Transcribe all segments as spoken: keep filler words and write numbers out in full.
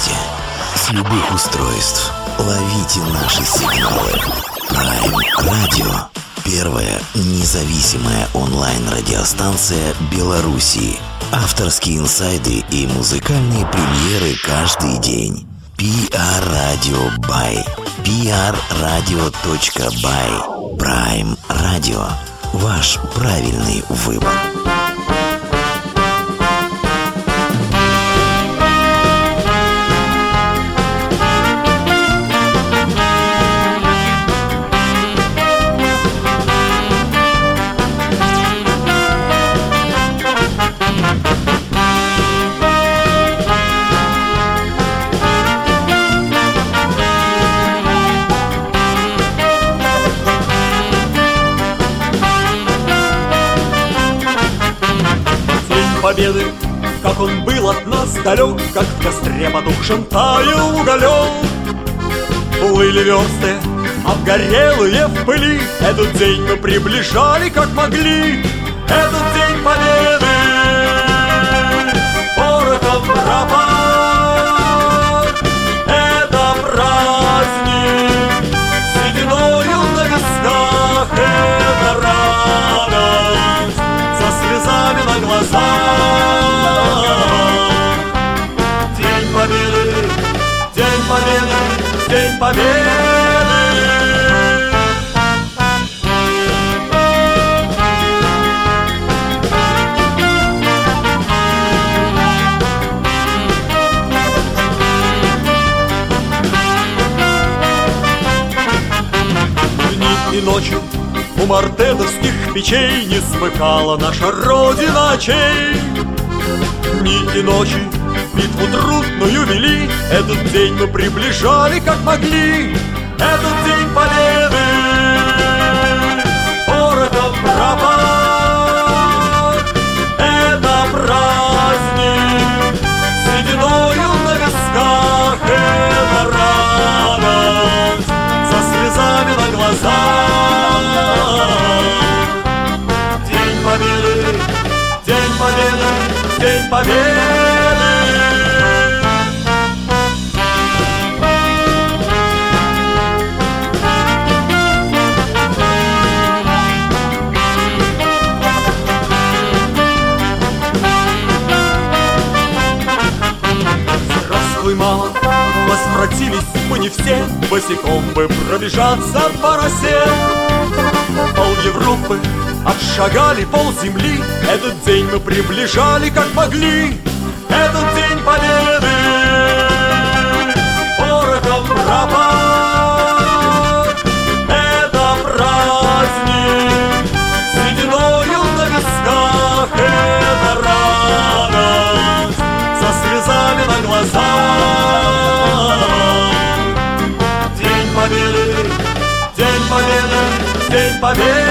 месте, с любых устройств. Ловите наши сигналы. Prime Radio. Первая независимая онлайн-радиостанция Беларуси. Авторские инсайды и музыкальные премьеры каждый день. пи ар Radio by. пи ар радио точка бай. Prime Radio. Ваш правильный выбор. Победы, как он был от нас далек, как в костре потухшем таял уголек. Плыли версты, обгорелые в пыли, этот день мы приближали, как могли. Этот день победы порохом пропах. Это праздник с сединою на висках. Это радость со слезами на глазах. День победы, день победы, день победы. Дни и ночи у мартедовских печей не смыкала наша Родина очей. Дни и ночи битву трудную вели, этот день мы приближали, как могли. Этот день победы порохом пропах. Это праздник с сединою на висках. Это радость со слезами на глазах. День победы, день победы, день победы. Здравствуй, мама, возвратились мы не все, босиком бы пробежаться по росе. Пол Европы отшагали, пол земли, этот день мы приближали, как могли. Этот день победы порохом пропах. Это праздник с сединою на висках. Это радость со слезами на глазах. День победы, день победы, день победы.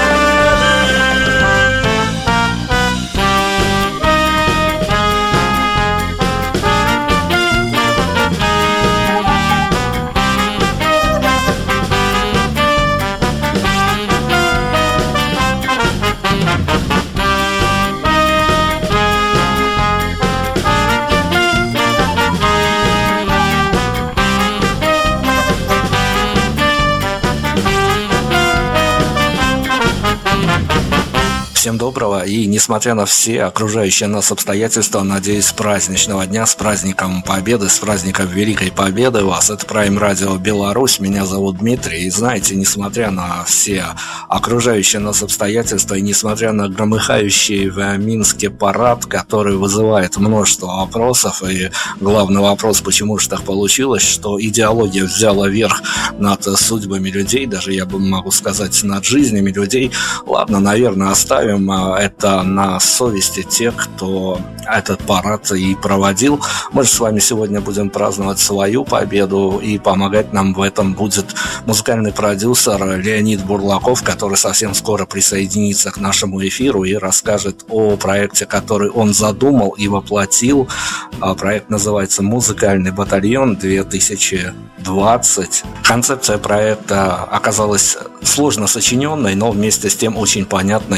Всем доброго, и несмотря на все окружающие нас обстоятельства, надеюсь, с праздничного дня, с праздником Победы, с праздником Великой Победы вас. Это Prime Radio Беларусь, меня зовут Дмитрий, и знаете, несмотря на все окружающие нас обстоятельства, и несмотря на громыхающий в Минске парад, который вызывает множество вопросов, и главный вопрос, почему же так получилось, что идеология взяла верх над судьбами людей, даже я бы могу сказать, над жизнями людей. Ладно, наверное, оставим это на совести тех, кто этот парад и проводил. Мы же с вами сегодня будем праздновать свою победу, и помогать нам в этом будет музыкальный продюсер Леонид Бурлаков, который совсем скоро присоединится к нашему эфиру и расскажет о проекте, который он задумал и воплотил. Проект называется «Музыкальный батальон две тысячи двадцать». Концепция проекта оказалась сложно сочиненной, но вместе с тем очень понятной для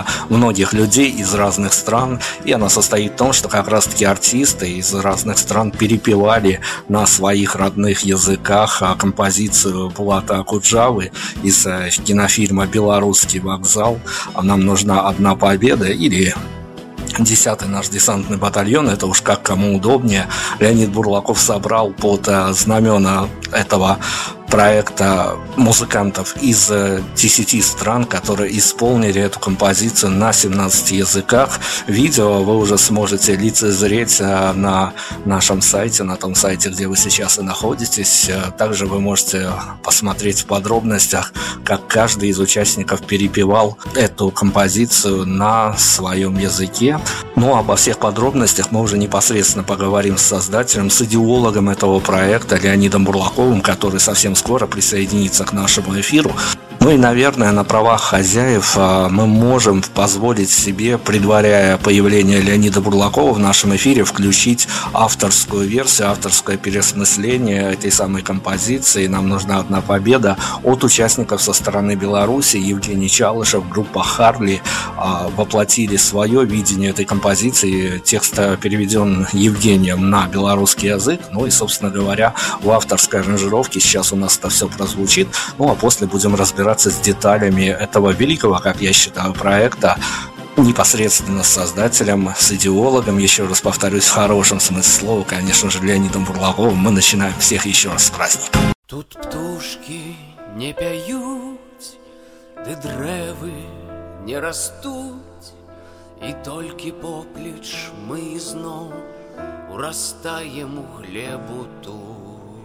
многих людей из разных стран, и она состоит в том, что как раз-таки артисты из разных стран перепевали на своих родных языках композицию Булата Акуджавы из кинофильма «Белорусский вокзал», «Нам нужна одна победа» или десятый наш десантный батальон, это уж как кому удобнее. Леонид Бурлаков собрал под знамена этого проекта музыкантов из десяти стран, которые исполнили эту композицию на семнадцати языках. Видео вы уже сможете лицезреть на нашем сайте, на том сайте, где вы сейчас и находитесь. Также вы можете посмотреть в подробностях, как каждый из участников перепевал эту композицию на своем языке. Ну, обо всех подробностях мы уже непосредственно поговорим с создателем, с идеологом этого проекта Леонидом Бурлаковым, который совсем скоро присоединиться к нашему эфиру. Ну и, наверное, на правах хозяев мы можем позволить себе, предваряя появление Леонида Бурлакова в нашем эфире, включить авторскую версию, авторское переосмысление этой самой композиции «Нам нужна одна победа» от участников со стороны Беларуси. Евгений Чалышев, группа «Харли» воплотили свое видение этой композиции. Текст переведен Евгением на белорусский язык. Ну и, собственно говоря, в авторской аранжировке сейчас у нас это все прозвучит. Ну а после будем разбираться с деталями этого великого, как я считаю, проекта непосредственно с создателем, с идеологом, еще раз повторюсь, в хорошем смысле слова, конечно же, Леонидом Бурлаковым. Мы начинаем всех еще раз с праздника. Тут птушки не пяют, ды дрэвы не растут, и толькі поплеч мы ізноў урастаем у глебу тут.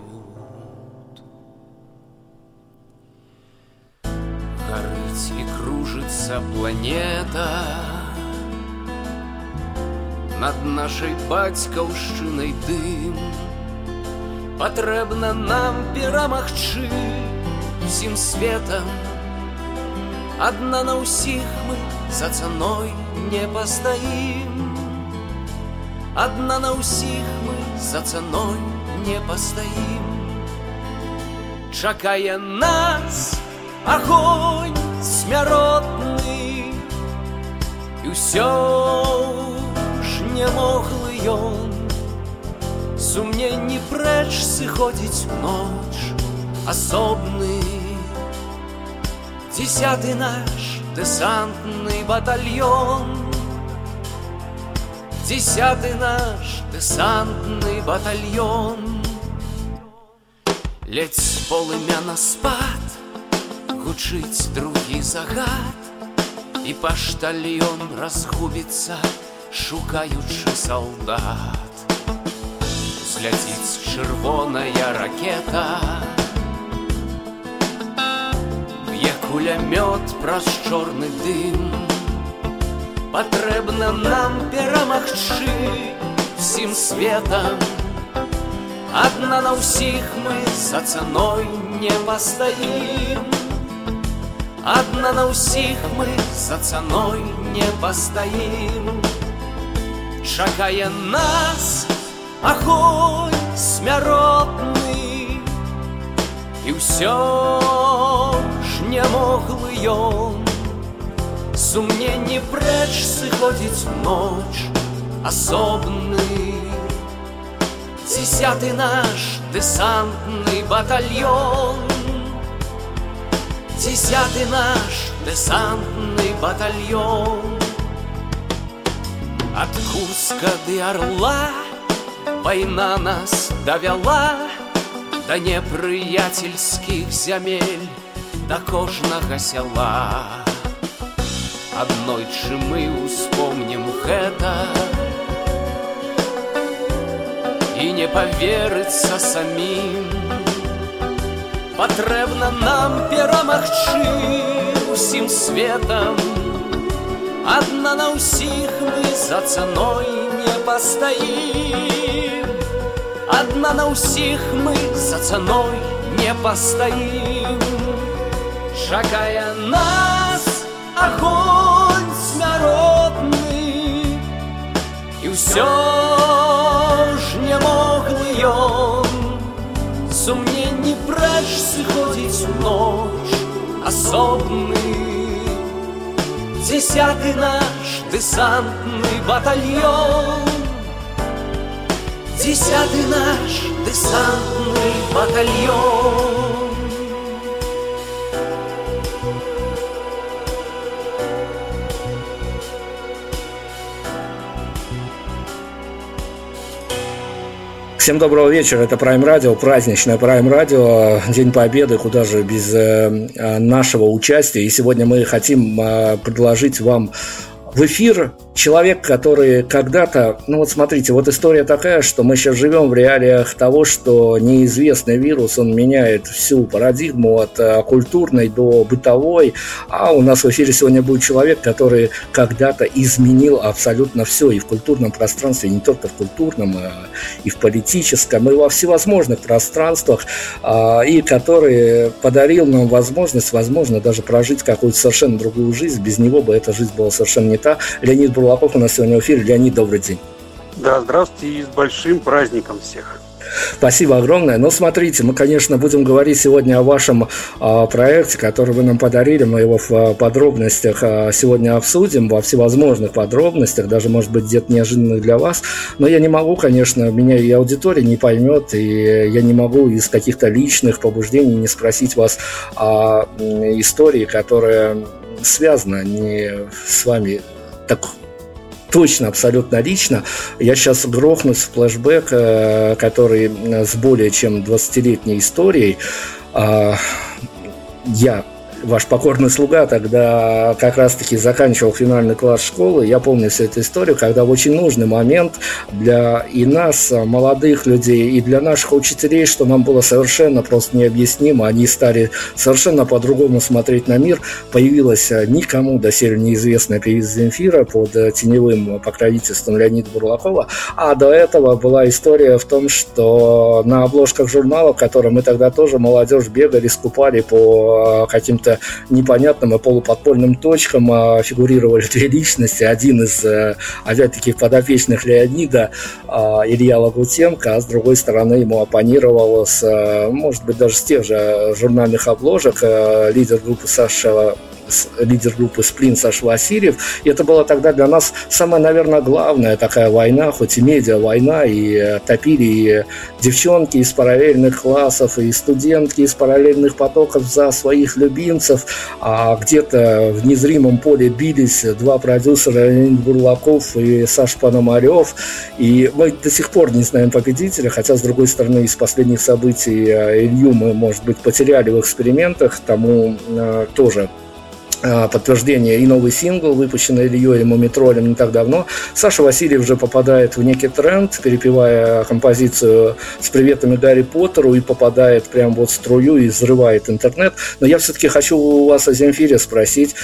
Горыць і кружится планета над нашей бацькаўшчынай дым. Патрэбна нам перамагчы усім светам. Адна на ўсіх мы за цаной не пастаім. Адна на ўсіх мы за цаной не пастаім. Чакае нас огонь смяротны, і ўсё ж не моглы ён сумненні прэч сыходзіць у ноч асобны. Десятый наш десантный батальон, десятый наш десантный батальон. Ледзь полымя на спад, гучыць другі загад, і паштальён разгубіцца, шукаючы салдат. Узляціць чырвоная ракета, б'е кулямёт праз чорны дым. Патрэбна нам перамагчы всім светам. Адна на ўсіх мы за цаной не пастаім. Адна на ўсіх мы за цаной не пастаім. Чакае нас огонь смяротны, і ўсё ж не моглы ён сумненні прэч сыходзіць у ноч асобны. Десятый наш десантный батальон, десятый наш десантный батальон. От Курска до Орла война нас довела до непрыяцельских земель, до кожнага села. Аднойчы мы успомним гэта і не поверыцца самим. Патрэбна нам перамагчы усім светам. Адна на ўсіх мы за цаной не пастаім. Адна на ўсіх мы за цаной не пастаім. Чакае нас огонь смяротны, і ўсё ж не моглы ён сумненні прэч сыходзіць у ноч асобны. Десятый наш десантный батальон, Десятый наш десантный батальон. Всем доброго вечера, это Prime Radio, праздничное Prime Radio, День Победы, куда же без э, нашего участия. И сегодня мы хотим э, предложить вам в эфир человек, который когда-то, ну вот смотрите, вот история такая, что мы сейчас живем в реалиях того, что неизвестный вирус, он меняет всю парадигму от а, культурной до бытовой, а у нас в эфире сегодня будет человек, который когда-то изменил абсолютно все и в культурном пространстве, не только в культурном, а и в политическом, и во всевозможных пространствах, а, и который подарил нам возможность, возможно, даже прожить какую-то совершенно другую жизнь, без него бы эта жизнь была совершенно не та. Леонид Бурлаков у нас сегодня в эфире. Леонид, добрый день. Да, здравствуйте и с большим праздником всех. Спасибо огромное. Ну, смотрите, мы, конечно, будем говорить сегодня о вашем а, проекте, который вы нам подарили. Мы его в а, подробностях а, сегодня обсудим, во всевозможных подробностях, даже, может быть, где-то неожиданных для вас. Но я не могу, конечно, меня и аудитория не поймет, и я не могу из каких-то личных побуждений не спросить вас о истории, которая связана не с вами так точно, абсолютно лично. Я сейчас грохнусь в флешбэк, который с более чем двадцатилетней историей. Я, ваш покорный слуга, тогда как раз-таки заканчивал финальный класс школы. Я помню всю эту историю, когда в очень нужный момент для и нас, молодых людей, и для наших учителей, что нам было совершенно просто необъяснимо, они стали совершенно по-другому смотреть на мир. Появилась никому доселе неизвестная певица Земфира под теневым покровительством Леонида Бурлакова. А до этого была история в том, что на обложках журналов, которые мы тогда тоже, молодежь, бегали, скупали по каким-то непонятным и полуподпольным точкам, фигурировали две личности. Один из, опять-таки, подопечных Леонида, Илья Лагутенко, а с другой стороны ему оппонировал, с, может быть, даже с тех же журнальных обложек, лидер группы Саша лидер группы «Сплин» Саша Васильев. И это была тогда для нас самая, наверное, главная такая война, хоть и медиа-война, и топили и девчонки из параллельных классов, и студентки из параллельных потоков за своих любимцев, а где-то в незримом поле бились два продюсера, Леонид Бурлаков и Саша Пономарев, и мы до сих пор не знаем победителя, хотя, с другой стороны, из последних событий Илью мы, может быть, потеряли в экспериментах, тому э, тоже подтверждение и новый сингл, выпущенный Ильей и Мумитролем не так давно. Саша Васильев же попадает в некий тренд, перепевая композицию с приветами Гарри Поттеру, и попадает прям вот в струю и взрывает интернет. Но я все-таки хочу у вас о Земфире спросить.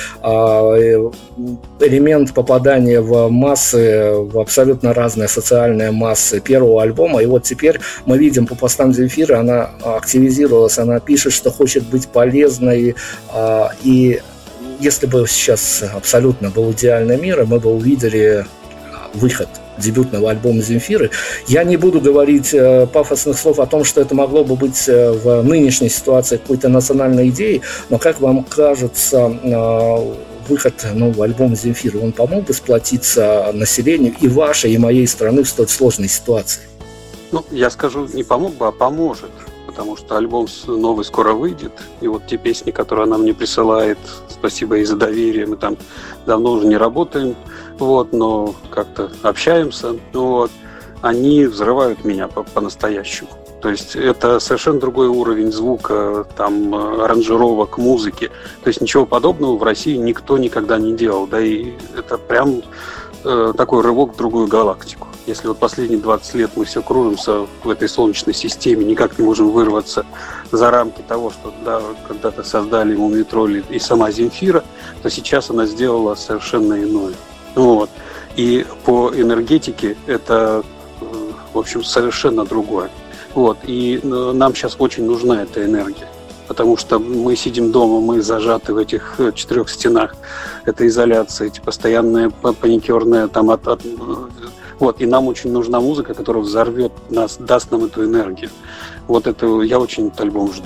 Элемент попадания в массы, в абсолютно разные социальные массы первого альбома, и вот теперь мы видим по постам Земфиры, она активизировалась, она пишет, что хочет быть полезной, и если бы сейчас абсолютно был идеальный мир, и мы бы увидели выход дебютного альбома Земфиры, я не буду говорить э, пафосных слов о том, что это могло бы быть э, в нынешней ситуации какой-то национальной идеей, но как вам кажется, э, выход нового альбома Земфиры, он помог бы сплотиться населению и вашей, и моей страны в столь сложной ситуации? Ну, я скажу, не помог бы, а поможет. Потому что альбом новый скоро выйдет, и вот те песни, которые она мне присылает, спасибо ей за доверие, мы там давно уже не работаем, вот, но как-то общаемся, вот, они взрывают меня по- по-настоящему. То есть это совершенно другой уровень звука, там, аранжировок, музыки. То есть ничего подобного в России никто никогда не делал, да, и это прям э, такой рывок в другую галактику. Если вот последние двадцать лет мы все кружимся в этой солнечной системе, никак не можем вырваться за рамки того, что да, когда-то создали Мумитроль и сама Земфира, то сейчас она сделала совершенно иное. Вот. И по энергетике это, в общем, совершенно другое. Вот. И нам сейчас очень нужна эта энергия. Потому что мы сидим дома, мы зажаты в этих четырех стенах. Это изоляция, эти постоянные паникерные там от, от вот, и нам очень нужна музыка, которая взорвет нас, даст нам эту энергию. Вот это я очень этот альбом жду.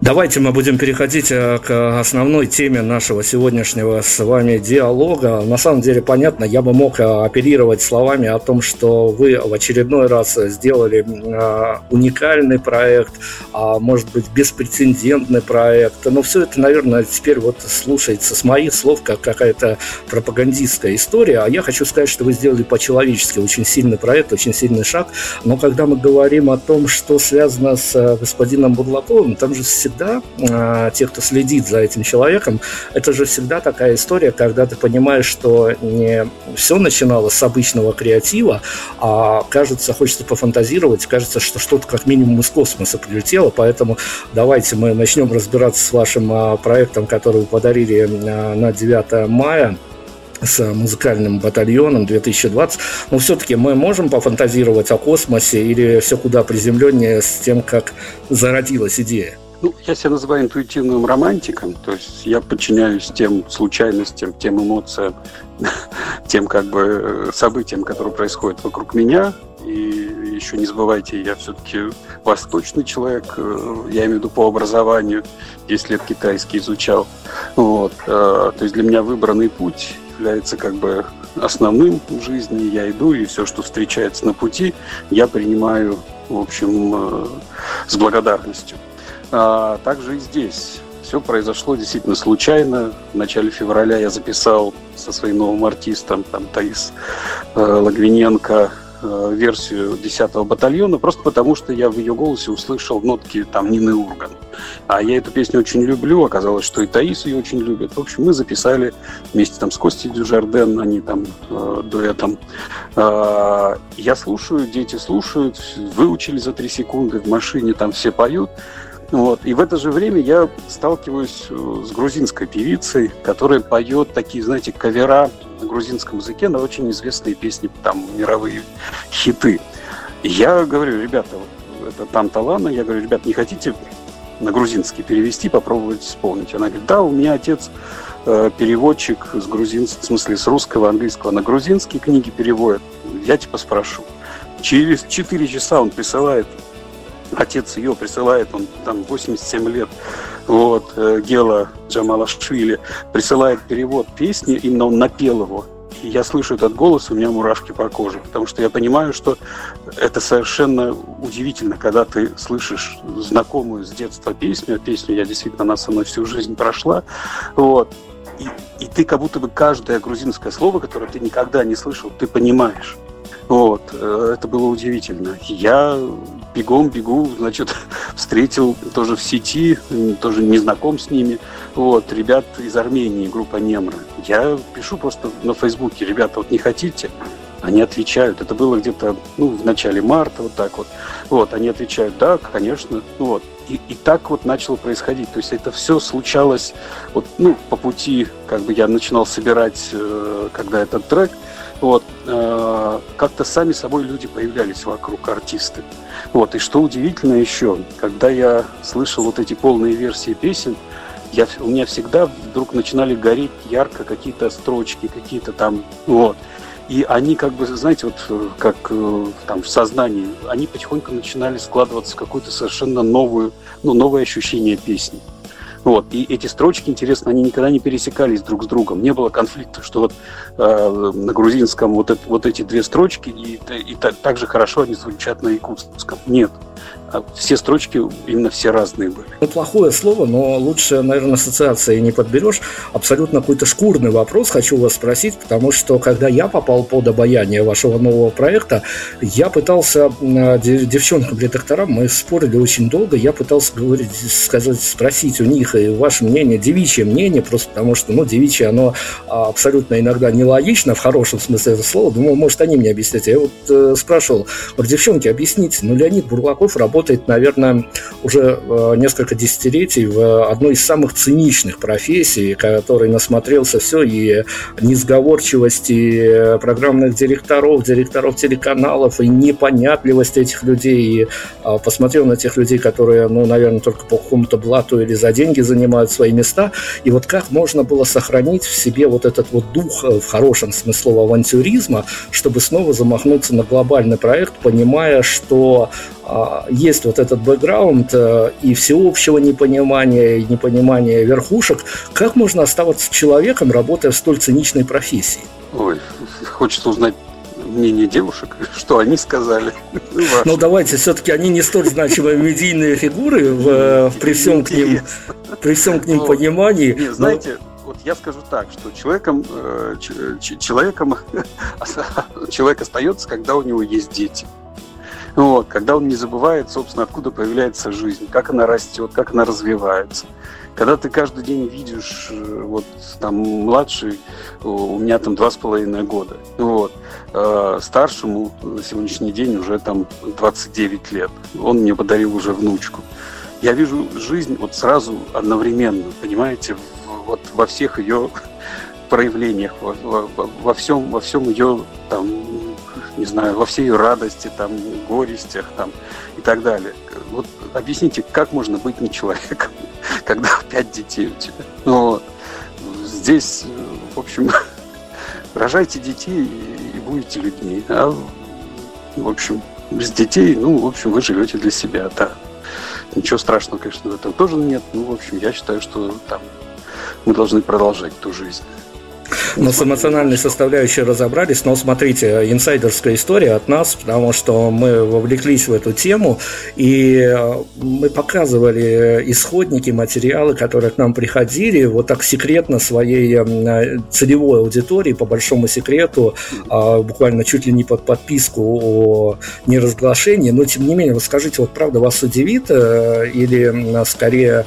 Давайте мы будем переходить к основной теме нашего сегодняшнего с вами диалога. На самом деле, понятно, я бы мог оперировать словами о том, что вы в очередной раз сделали уникальный проект, а может быть беспрецедентный проект. Но все это, наверное, теперь вот слушается с моих слов как какая-то пропагандистская история. А я хочу сказать, что вы сделали по-человечески очень сильный проект, очень сильный шаг. Но когда мы говорим о том, что связано с господином Бурлаковым, там же всегда Да, те, кто следит за этим человеком, это же всегда такая история, когда ты понимаешь, что не все начиналось с обычного креатива, а кажется, хочется пофантазировать, кажется, что что-то как минимум из космоса прилетело, поэтому давайте мы начнем разбираться с вашим проектом, который вы подарили на девятое мая, с музыкальным батальоном две тысячи двадцать. Но все-таки мы можем пофантазировать о космосе или все куда приземленнее с тем, как зародилась идея? Ну, я себя называю интуитивным романтиком, то есть я подчиняюсь тем случайностям, тем эмоциям, тем как бы событиям, которые происходят вокруг меня. И еще не забывайте, я все-таки восточный человек, я имею в виду по образованию, десять лет китайский изучал. Вот. То есть для меня выбранный путь является как бы основным в жизни. Я иду, и все, что встречается на пути, я принимаю, в общем, с благодарностью. А также и здесь. Все произошло действительно случайно. В начале февраля я записал со своим новым артистом, там, Таис э, Логвиненко, э, версию десятого батальона, просто потому что я в ее голосе услышал нотки там Нины Урган. А я эту песню очень люблю, оказалось, что и Таис ее очень любит. В общем, мы записали вместе там с Костей Дюжарден, они там э, дуэтом. Э, я слушаю, дети слушают, выучили за три секунды, в машине там все поют. Вот. И в это же время я сталкиваюсь с грузинской певицей, которая поет такие, знаете, кавера на грузинском языке на очень известные песни, там, мировые хиты. И я говорю, ребята, это там Талана, я говорю, ребят, не хотите на грузинский перевести, попробовать исполнить? Она говорит, да, у меня отец э, переводчик с грузинского, в смысле с русского, английского на грузинский книги переводит. Я типа спрошу. Через четыре часа он присылает. Отец ее присылает, он там восемьдесят семь лет, вот, Гела Джамалашвили присылает перевод песни, именно он напел его. И я слышу этот голос, у меня мурашки по коже, потому что я понимаю, что это совершенно удивительно, когда ты слышишь знакомую с детства песню, песню я действительно, она со мной всю жизнь прошла, вот, и, и ты как будто бы каждое грузинское слово, которое ты никогда не слышал, ты понимаешь. Вот, это было удивительно. Я бегом бегу, значит, встретил тоже в сети, тоже не знаком с ними, вот, ребят из Армении, группа Немра. Я пишу просто на Фейсбуке, ребята, вот не хотите? Они отвечают, это было где-то, ну, в начале марта, вот так вот. Вот, они отвечают, да, конечно, вот. И, и так вот начало происходить. То есть это все случалось, вот, ну, по пути, как бы я начинал собирать, э, когда этот трек, вот, э, как-то сами собой люди появлялись вокруг, артисты. Вот, и что удивительно еще, когда я слышал вот эти полные версии песен, я, у меня всегда вдруг начинали гореть ярко какие-то строчки, какие-то там, вот. И они как бы, знаете, вот как там в сознании, они потихоньку начинали складываться в какую-то совершенно новую, ну, новое ощущение песни. Вот. И эти строчки, интересно, они никогда не пересекались друг с другом. Не было конфликта, что вот э, на грузинском вот, это, вот эти две строчки, и, и, и так, так же хорошо они звучат на якутском. Нет. Все строчки именно все разные были. Ну, плохое слово, но лучше, наверное, ассоциации не подберешь. Абсолютно какой-то шкурный вопрос хочу вас спросить, потому что, когда я попал под обаяние вашего нового проекта, я пытался девчонкам-редакторам, мы спорили очень долго, я пытался говорить, сказать, спросить у них и ваше мнение, девичье мнение, просто потому что, ну, девичье, оно абсолютно иногда нелогично, в хорошем смысле этого слова. Думал, может, они мне объяснят. Я вот э, спрашивал, говорю, девчонки, объясните, ну, Леонид Бурлаков работает, наверное, уже несколько десятилетий в одной из самых циничных профессий, который насмотрелся все, и несговорчивости программных директоров, директоров телеканалов, и непонятливость этих людей, и посмотрел на тех людей, которые, ну, наверное, только по какому-то блату или за деньги занимают свои места, и вот как можно было сохранить в себе вот этот вот дух, в хорошем смысле слова, авантюризма, чтобы снова замахнуться на глобальный проект, понимая, что есть вот этот бэкграунд и всеобщего непонимания, и непонимания верхушек, как можно оставаться человеком, работая в столь циничной профессии? Ой, хочется узнать мнение девушек, что они сказали. Ну, давайте, все-таки они не столь значимые медийные фигуры в, при всем к ним, при всем к ним но, понимании. Не, знаете, но... вот я скажу так, что человеком, человеком человек остается, когда у него есть дети. Вот, когда он не забывает, собственно, откуда появляется жизнь, как она растет, как она развивается. Когда ты каждый день видишь, вот там младший, у меня там два с половиной года, вот, э, старшему на сегодняшний день уже там двадцать девять лет, он мне подарил уже внучку. Я вижу жизнь вот сразу одновременно, понимаете, вот во всех ее проявлениях, во, во, во всем, во всем ее там, не знаю, во всей ее радости, там, горестях, там, и так далее. Вот объясните, как можно быть не человеком, когда пять детей у тебя? Ну, вот. Здесь, в общем, рожайте детей и будете людьми. А, в общем, без детей, ну, в общем, вы живете для себя, да. Ничего страшного, конечно, в этом тоже нет. Ну, в общем, я считаю, что там мы должны продолжать ту жизнь. Но с эмоциональной составляющей разобрались, но смотрите, инсайдерская история от нас, потому что мы вовлеклись в эту тему, и мы показывали исходники, материалы, которые к нам приходили, вот так секретно своей целевой аудитории, по большому секрету, буквально чуть ли не под подписку о неразглашении, но тем не менее, вот скажите, вот правда вас удивит, или скорее...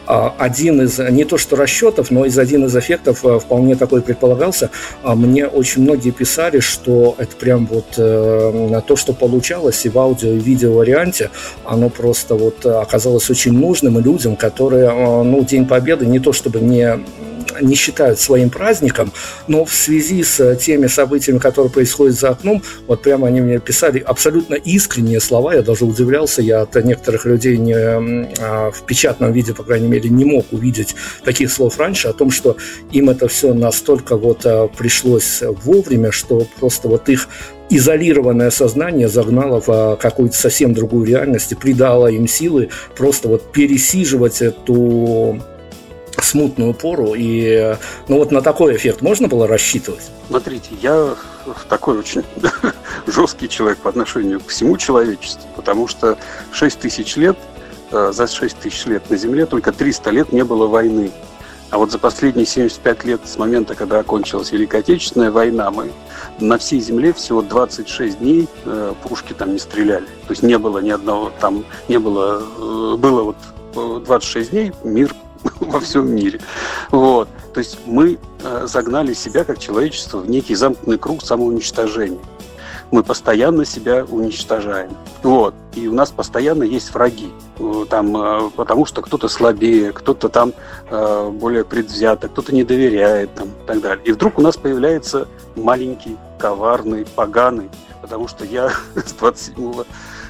Один из, не то что расчетов, но из один из эффектов вполне такой предполагался. Мне очень многие писали, что это прям вот э, то, что получалось и в аудио, и в видео варианте, оно просто вот оказалось очень нужным людям, которые, ну, День Победы не то чтобы не... не считают своим праздником, но в связи с теми событиями, которые происходят за окном, вот прямо они мне писали абсолютно искренние слова, я даже удивлялся, я от некоторых людей не, а, в печатном виде, по крайней мере, не мог увидеть таких слов раньше, о том, что им это все настолько вот а, пришлось вовремя, что просто вот их изолированное сознание загнало в какую-то совсем другую реальность и придало им силы просто вот пересиживать эту смутную пору, и ну вот на такой эффект можно было рассчитывать? Смотрите, я такой очень жесткий человек по отношению к всему человечеству, потому что шесть тысяч лет, за шесть тысяч лет на Земле только триста лет не было войны. А вот за последние семьдесят пять лет с момента, когда окончилась Великая Отечественная война, мы на всей Земле всего двадцать шесть дней э, пушки там не стреляли. То есть не было ни одного, там не было, э, было вот двадцать шесть дней мир во всем мире. Вот. То есть мы э, загнали себя, как человечество, в некий замкнутый круг самоуничтожения. Мы постоянно себя уничтожаем. Вот. И у нас постоянно есть враги. Там, э, потому что кто-то слабее, кто-то там э, более предвзято, кто-то не доверяет там, и так далее. И вдруг у нас появляется маленький, коварный, поганый, потому что я с двадцать седьмого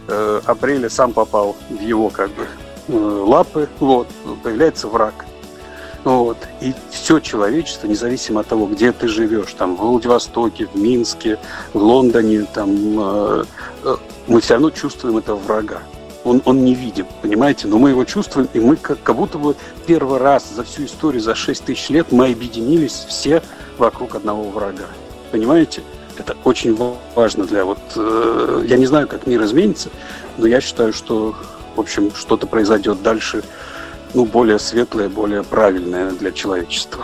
апреля сам попал в его как бы лапы, вот, появляется враг. Вот. И все человечество, независимо от того, где ты живешь, там, в Владивостоке, в Минске, в Лондоне, там, э, э, мы все равно чувствуем этого врага. Он, он не видим, понимаете, но мы его чувствуем, и мы как, как будто бы первый раз за всю историю, за шесть тысяч лет мы объединились все вокруг одного врага. Понимаете? Это очень важно для вот... Э, я не знаю, как мир изменится, но я считаю, что в общем, что-то произойдет дальше, ну, более светлое, более правильное для человечества.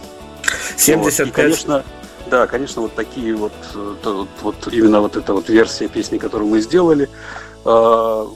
семьдесят пять... Вот. И, конечно, да, конечно, вот такие вот, вот, вот именно вот эта вот версия песни, которую мы сделали, э,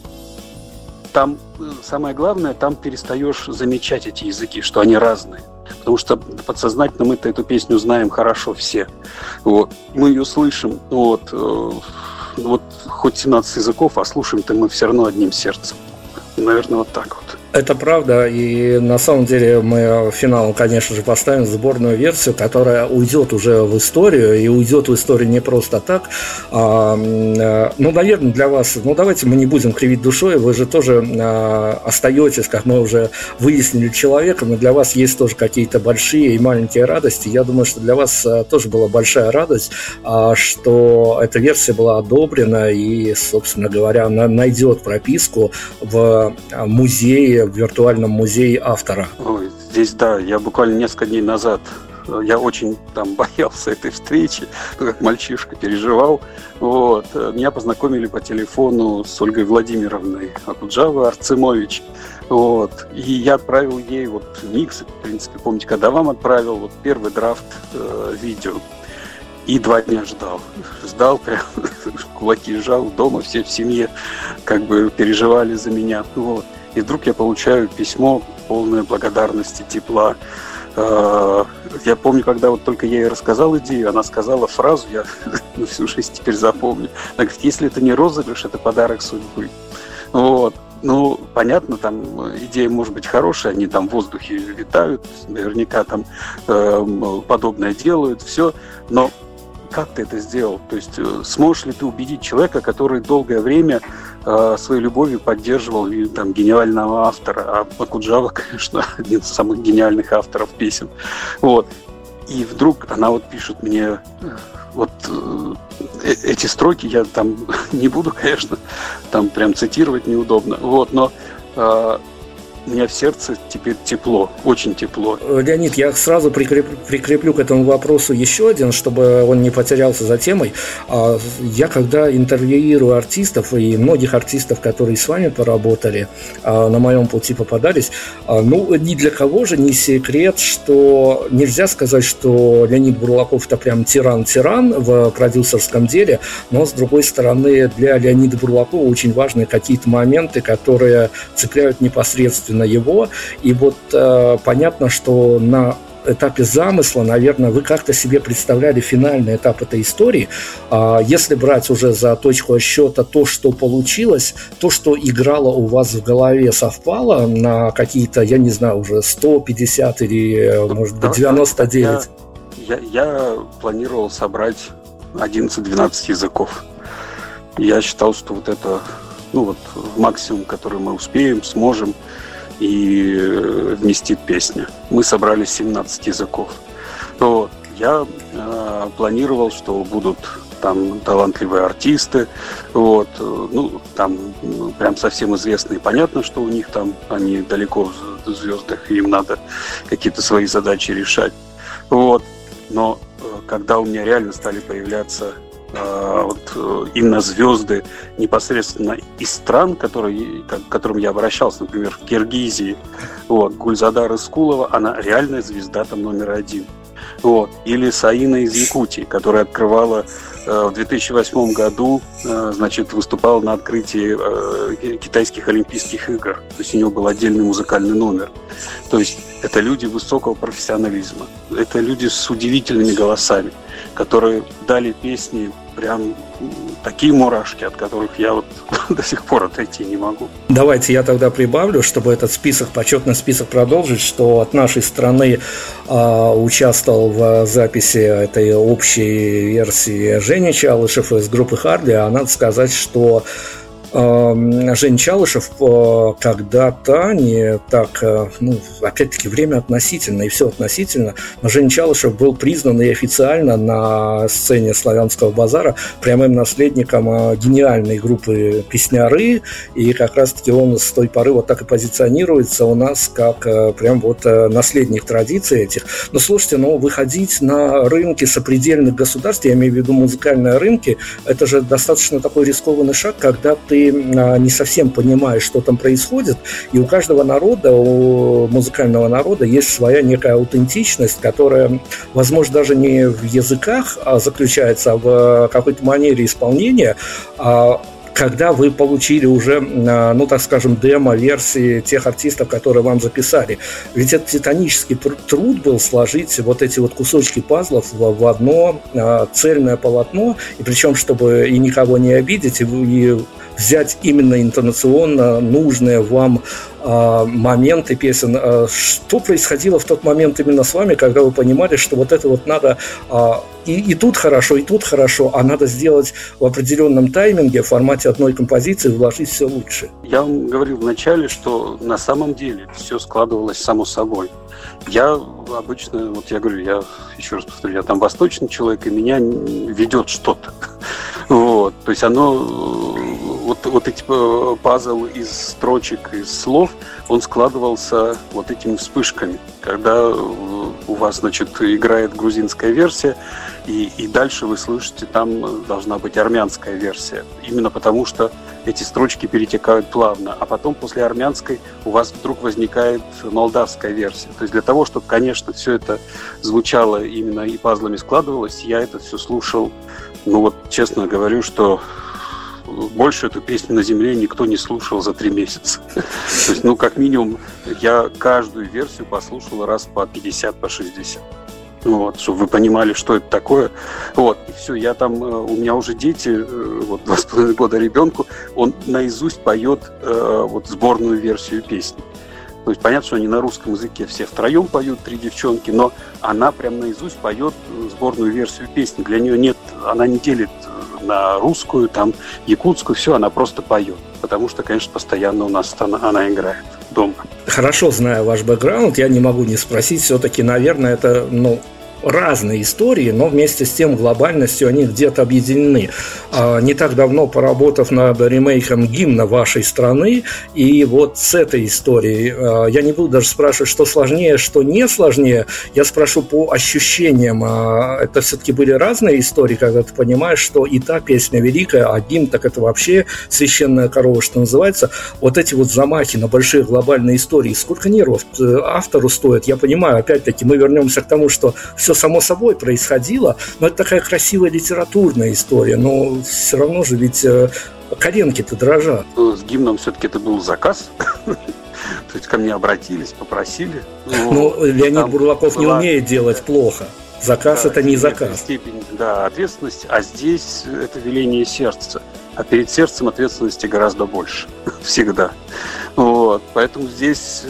там самое главное, там перестаешь замечать эти языки, что они разные. Потому что подсознательно мы-то эту песню знаем хорошо все. Вот. Мы ее слышим, вот, э, вот хоть семнадцать языков, а слушаем-то мы все равно одним сердцем. Наверное, вот так вот. Это правда, и на самом деле мы финалом, конечно же, поставим сборную версию, которая уйдет уже в историю, и уйдет в историю не просто так. А, ну, наверное, для вас, ну, давайте мы не будем кривить душой, вы же тоже а, остаетесь, как мы уже выяснили, человеком, и для вас есть тоже какие-то большие и маленькие радости. Я думаю, что для вас а, тоже была большая радость, а, что эта версия была одобрена и, собственно говоря, она найдет прописку в музее, в виртуальном музее автора. Ой, здесь, да, я буквально несколько дней назад, я очень там боялся этой встречи, как мальчишка переживал. Вот. Меня познакомили по телефону с Ольгой Владимировной Акуджава-Арцемович. Вот. И я отправил ей вот микс, в принципе, помните, когда вам отправил вот первый драфт э, видео. И два дня ждал. Ждал, прям кулаки сжал, дома все в семье как бы переживали за меня. Вот. И вдруг я получаю письмо, полное благодарности, тепла. Я помню, когда вот только я ей рассказал идею, она сказала фразу, я на всю жизнь теперь запомню. Она говорит, если это не розыгрыш, это подарок судьбы. Вот. Ну, понятно, там идея может быть хорошая, они там в воздухе витают, наверняка там э, подобное делают, все, но как ты это сделал? То есть сможешь ли ты убедить человека, который долгое время э, своей любовью поддерживал там, гениального автора, а Акуджава, конечно, один из самых гениальных авторов песен. Вот. И вдруг она вот пишет мне вот э, эти строки, я там не буду, конечно, там прям цитировать неудобно, вот, но э, у меня в сердце теперь тепло, очень тепло. Леонид, я сразу прикреплю, прикреплю к этому вопросу еще один, чтобы он не потерялся за темой. Я когда интервьюирую артистов, и многих артистов, которые с вами поработали, на моем пути попадались, ну, ни для кого же не секрет, что нельзя сказать, что Леонид Бурлаков это прям тиран-тиран в продюсерском деле, но, с другой стороны, для Леонида Бурлакова очень важны какие-то моменты, которые цепляют непосредственно его, и вот э, понятно, что на этапе замысла, наверное, вы как-то себе представляли финальный этап этой истории. А если брать уже за точку отсчета то, что получилось, то, что играло у вас в голове, совпало на какие-то, я не знаю, уже сто пятьдесят или, может быть, девяносто девять? Я, я, я планировал собрать одиннадцать-двенадцать языков. Я считал, что вот это, ну вот, максимум, который мы успеем, сможем и вместит песня. Мы собрали семнадцать языков. Вот. Я э, планировал, что будут там талантливые артисты, вот, ну, там ну, прям совсем известные. Понятно, что у них там, они далеко в звездах, и им надо какие-то свои задачи решать. Вот. Но э, когда у меня реально стали появляться вот именно звезды непосредственно из стран, которые, к которым я обращался, например, в Киргизии, вот, Гульзада Рыскулова, она реальная звезда там номер один. Вот. Или Саина из Якутии, которая открывала э, в две тысячи восьмом году, э, значит, выступала на открытии э, китайских Олимпийских игр. То есть у нее был отдельный музыкальный номер. То есть это люди высокого профессионализма. Это люди с удивительными голосами, которые дали песни прям такие мурашки, от которых я вот до сих пор отойти не могу. Давайте я тогда прибавлю, чтобы этот список, почетный список продолжить, что от нашей страны э, участвовал в записи этой общей версии Женя Чалышев из группы Харди, а надо сказать, что Жень Чалышев когда-то, не так, ну, опять-таки, время относительно, и все относительно, но Жень Чалышев был признан и официально на сцене Славянского базара прямым наследником гениальной группы «Песняры», и как раз-таки он с той поры вот так и позиционируется у нас как прям вот наследник традиций этих. Но слушайте, ну, выходить на рынки сопредельных государств, я имею в виду музыкальные рынки, это же достаточно такой рискованный шаг, когда ты не совсем понимаешь, что там происходит, и у каждого народа, у музыкального народа есть своя некая аутентичность, которая, возможно, даже не в языках а заключается, а в какой-то манере исполнения, а когда вы получили уже, ну, так скажем, демо-версии тех артистов, которые вам записали. Ведь это титанический труд был сложить вот эти вот кусочки пазлов в одно цельное полотно, и причем, чтобы и никого не обидеть, и взять именно интонационно нужные вам э, моменты песен. Э, что происходило в тот момент именно с вами, когда вы понимали, что вот это вот надо э, и, и тут хорошо, и тут хорошо, а надо сделать в определенном тайминге, в формате одной композиции, вложить все лучше? Я вам говорил вначале, что на самом деле все складывалось само собой. Я обычно, вот я говорю, я еще раз повторю, я там восточный человек, и меня ведет что-то. Вот, то есть оно, вот, вот эти пазл из строчек, из слов, он складывался вот этими вспышками, когда у вас, значит, играет грузинская версия, и, и дальше вы слышите, там должна быть армянская версия, именно потому что эти строчки перетекают плавно, а потом после армянской у вас вдруг возникает молдавская версия. То есть для того, чтобы, конечно, все это звучало именно и пазлами складывалось, я это все слушал, ну вот честно говорю, что больше эту песню на земле никто не слушал за три месяца. То есть, ну, как минимум, я каждую версию послушал раз по пятьдесят, по шестьдесят. Вот, чтобы вы понимали, что это такое. Вот, и все, я там, у меня уже дети, вот, два с половиной года ребенку, он наизусть поет э, вот сборную версию песни. То есть понятно, что они на русском языке все втроем поют, три девчонки, но она прям наизусть поет сборную версию песни. Для нее нет, она не делит на русскую, там, якутскую, все, она просто поет. Потому что, конечно, постоянно у нас она, она играет дома. Хорошо зная ваш бэкграунд, я не могу не спросить, все-таки, наверное, это, ну, разные истории, но вместе с тем глобальностью они где-то объединены. Не так давно поработав над ремейком гимна вашей страны, и вот с этой историей, я не буду даже спрашивать, что сложнее, что не сложнее, я спрошу по ощущениям. Это все-таки были разные истории, когда ты понимаешь, что и та песня великая, а гимн, так это вообще священная корова, что называется. Вот эти вот замахи на большие глобальные истории, сколько нервов автору стоит, я понимаю, опять-таки мы вернемся к тому, что все само собой происходило, но это такая красивая литературная история, но все равно же ведь коленки-то дрожат. С гимном все-таки это был заказ, то есть ко мне обратились, попросили. Но Леонид Бурлаков не умеет делать плохо. Заказ это не заказ. Степень, да, ответственность, а здесь это веление сердца. А перед сердцем ответственности гораздо больше. Всегда. Вот. Поэтому здесь,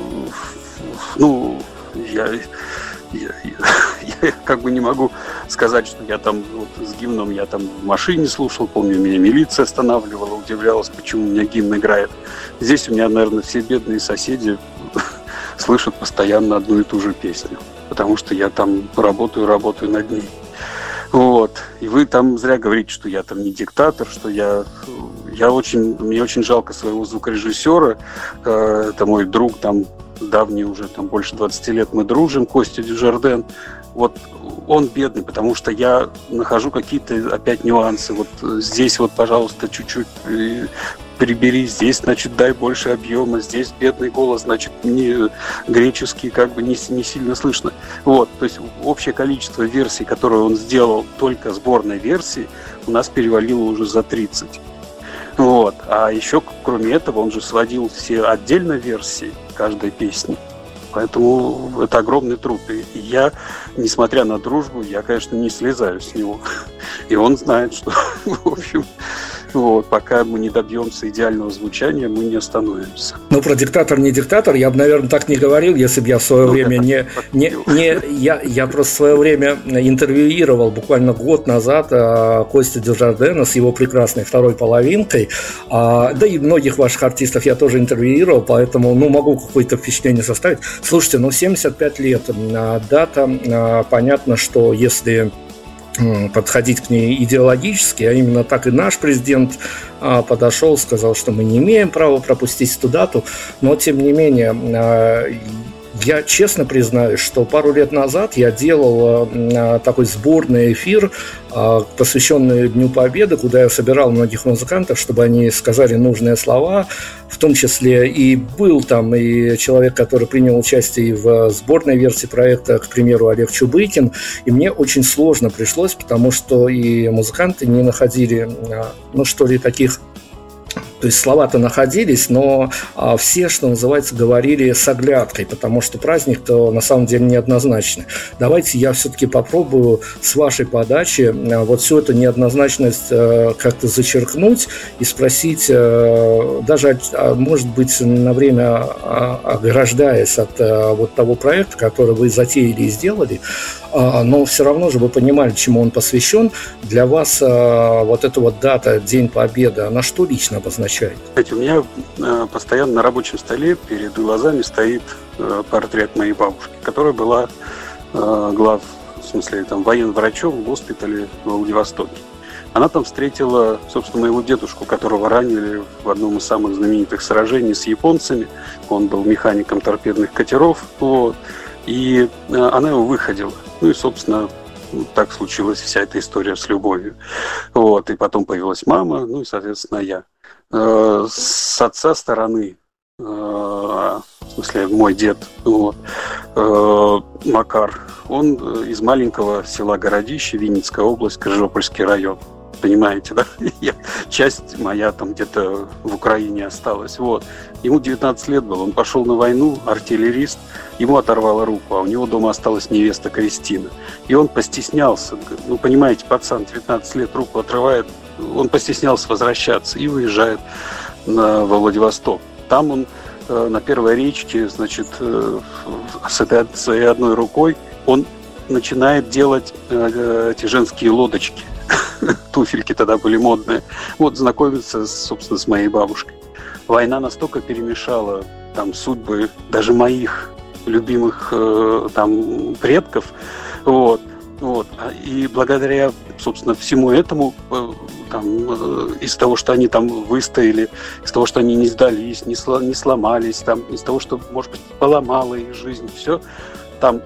ну, я... Я, я, я как бы не могу сказать, что я там вот, с гимном я там в машине слушал, помню, меня милиция останавливала, удивлялась, почему у меня гимн играет. Здесь у меня, наверное, все бедные соседи слышат постоянно одну и ту же песню, потому что я там работаю, работаю над ней. Вот. И вы там зря говорите, что я там не диктатор, что я... я очень, мне очень жалко своего звукорежиссера, это мой друг там, давний уже, там больше двадцати лет мы дружим, Костя Дюжарден. Вот он бедный, потому что я нахожу какие-то опять нюансы. Вот здесь вот, пожалуйста, чуть-чуть прибери, здесь, значит, дай больше объема, здесь бедный голос, значит, не греческий, как бы не, не сильно слышно. Вот, то есть общее количество версий, которые он сделал, только сборной версии, у нас перевалило уже за тридцать. Вот. А еще, кроме этого, он же сводил все отдельно версии каждой песни. Поэтому это огромный труд. И я, несмотря на дружбу, я, конечно, не слезаю с него. И он знает, что, в общем, вот, пока мы не добьемся идеального звучания, мы не остановимся. Ну, про диктатор, не диктатор, я бы, наверное, так не говорил, если бы я в свое ну, время не... не, не я, я просто в свое время интервьюировал буквально год назад Костю Дюжардена с его прекрасной второй половинкой. Да и многих ваших артистов я тоже интервьюировал, поэтому, ну, могу какое-то впечатление составить. Слушайте, ну, семьдесят пять лет, дата, понятно, что если... подходить к ней идеологически, а именно так и наш президент а, подошел, сказал, что мы не имеем права пропустить эту дату, но тем не менее а, я честно признаюсь, что пару лет назад я делал а, такой сборный эфир, а, посвященный Дню Победы, куда я собирал многих музыкантов, чтобы они сказали нужные слова, в том числе и был там и человек, который принял участие в сборной версии проекта, к примеру, Олег Чубыкин, и мне очень сложно пришлось, потому что и музыканты не находили, ну что ли, таких То есть слова-то находились, но а, все, что называется, говорили с оглядкой, потому что праздник-то на самом деле неоднозначный. Давайте я все-таки попробую с вашей подачи а, вот всю эту неоднозначность а, как-то зачеркнуть и спросить, а, даже, а, может быть, на время а, ограждаясь от а, вот того проекта, который вы затеяли и сделали, а, но все равно же вы понимали, чему он посвящен. Для вас а, вот эта вот дата, День Победы, она что лично обозначает? Знаете, у меня э, постоянно на рабочем столе перед глазами стоит э, портрет моей бабушки, которая была э, глав, в смысле, там, военврачом в госпитале в Владивостоке. Она там встретила, собственно, моего дедушку, которого ранили в одном из самых знаменитых сражений с японцами. Он был механиком торпедных катеров, вот, и э, она его выходила. Ну и, собственно, так случилась вся эта история с любовью. Вот, и потом появилась мама, ну и, соответственно, я. С отца стороны, в смысле, мой дед, вот, Макар, он из маленького села Городище, Винницкая область, Крыжопольский район. Понимаете, да? Я, часть моя там где-то в Украине осталась. Вот. Ему девятнадцать лет было, он пошел на войну, артиллерист, ему оторвало руку, а у него дома осталась невеста Кристина. И он постеснялся, ну, понимаете, пацан девятнадцать лет руку отрывает, он постеснялся возвращаться и выезжает на, во Владивосток. Там он э, на первой речке, значит, э, с этой своей одной рукой он начинает делать э, эти женские лодочки. Туфельки тогда были модные. Вот, знакомиться, собственно, с моей бабушкой. Война настолько перемешала там судьбы даже моих любимых э, там предков. Вот. Вот. И благодаря, собственно, всему этому, там, из того, что они там выстояли, из того, что они не сдались, не, сло, не сломались, там, из того, что, может быть, поломало их жизнь, все, там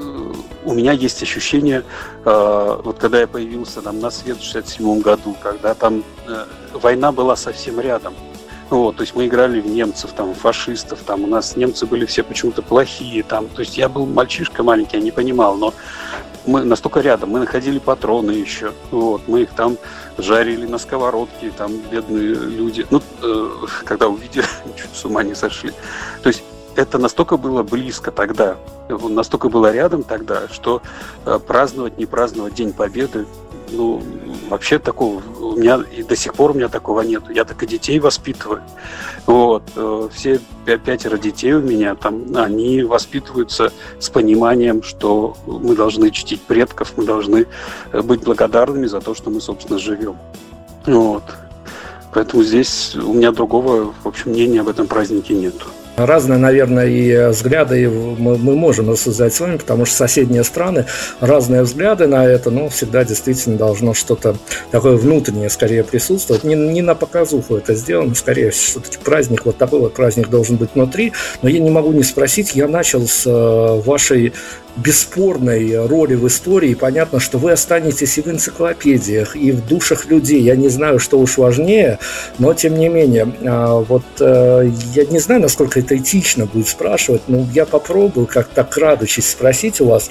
у меня есть ощущение, э, вот когда я появился там на свет в шестьдесят седьмом году, когда там э, война была совсем рядом. Вот, то есть мы играли в немцев, там, фашистов, там, у нас немцы были все почему-то плохие, там, то есть я был мальчишка маленький, я не понимал, но мы настолько рядом, мы находили патроны еще, вот, мы их там жарили на сковородке, там, бедные люди, ну, э, когда увидели, чуть с ума не сошли, то есть это настолько было близко тогда, настолько было рядом тогда, что э, праздновать, не праздновать День Победы, ну, вообще такого у меня и до сих пор у меня такого нет. Я так и детей воспитываю. Вот. Все пятеро детей у меня там, они воспитываются с пониманием, что мы должны чтить предков, мы должны быть благодарными за то, что мы, собственно, живем. Вот. Поэтому здесь у меня другого, в общем, мнения об этом празднике нету. Разные, наверное, и взгляды мы, мы можем рассуждать с вами, потому что соседние страны, разные взгляды на это, но всегда действительно должно что-то такое внутреннее скорее присутствовать. Не, не на показуху это сделано, скорее все-таки праздник, вот такой вот праздник должен быть внутри. Но я не могу не спросить, я начал с вашей бесспорной роли в истории. Понятно, что вы останетесь и в энциклопедиях, и в душах людей. Я не знаю, что уж важнее, но тем не менее, вот я не знаю, насколько это этично будет спрашивать, но я попробую как-то крадучись спросить у вас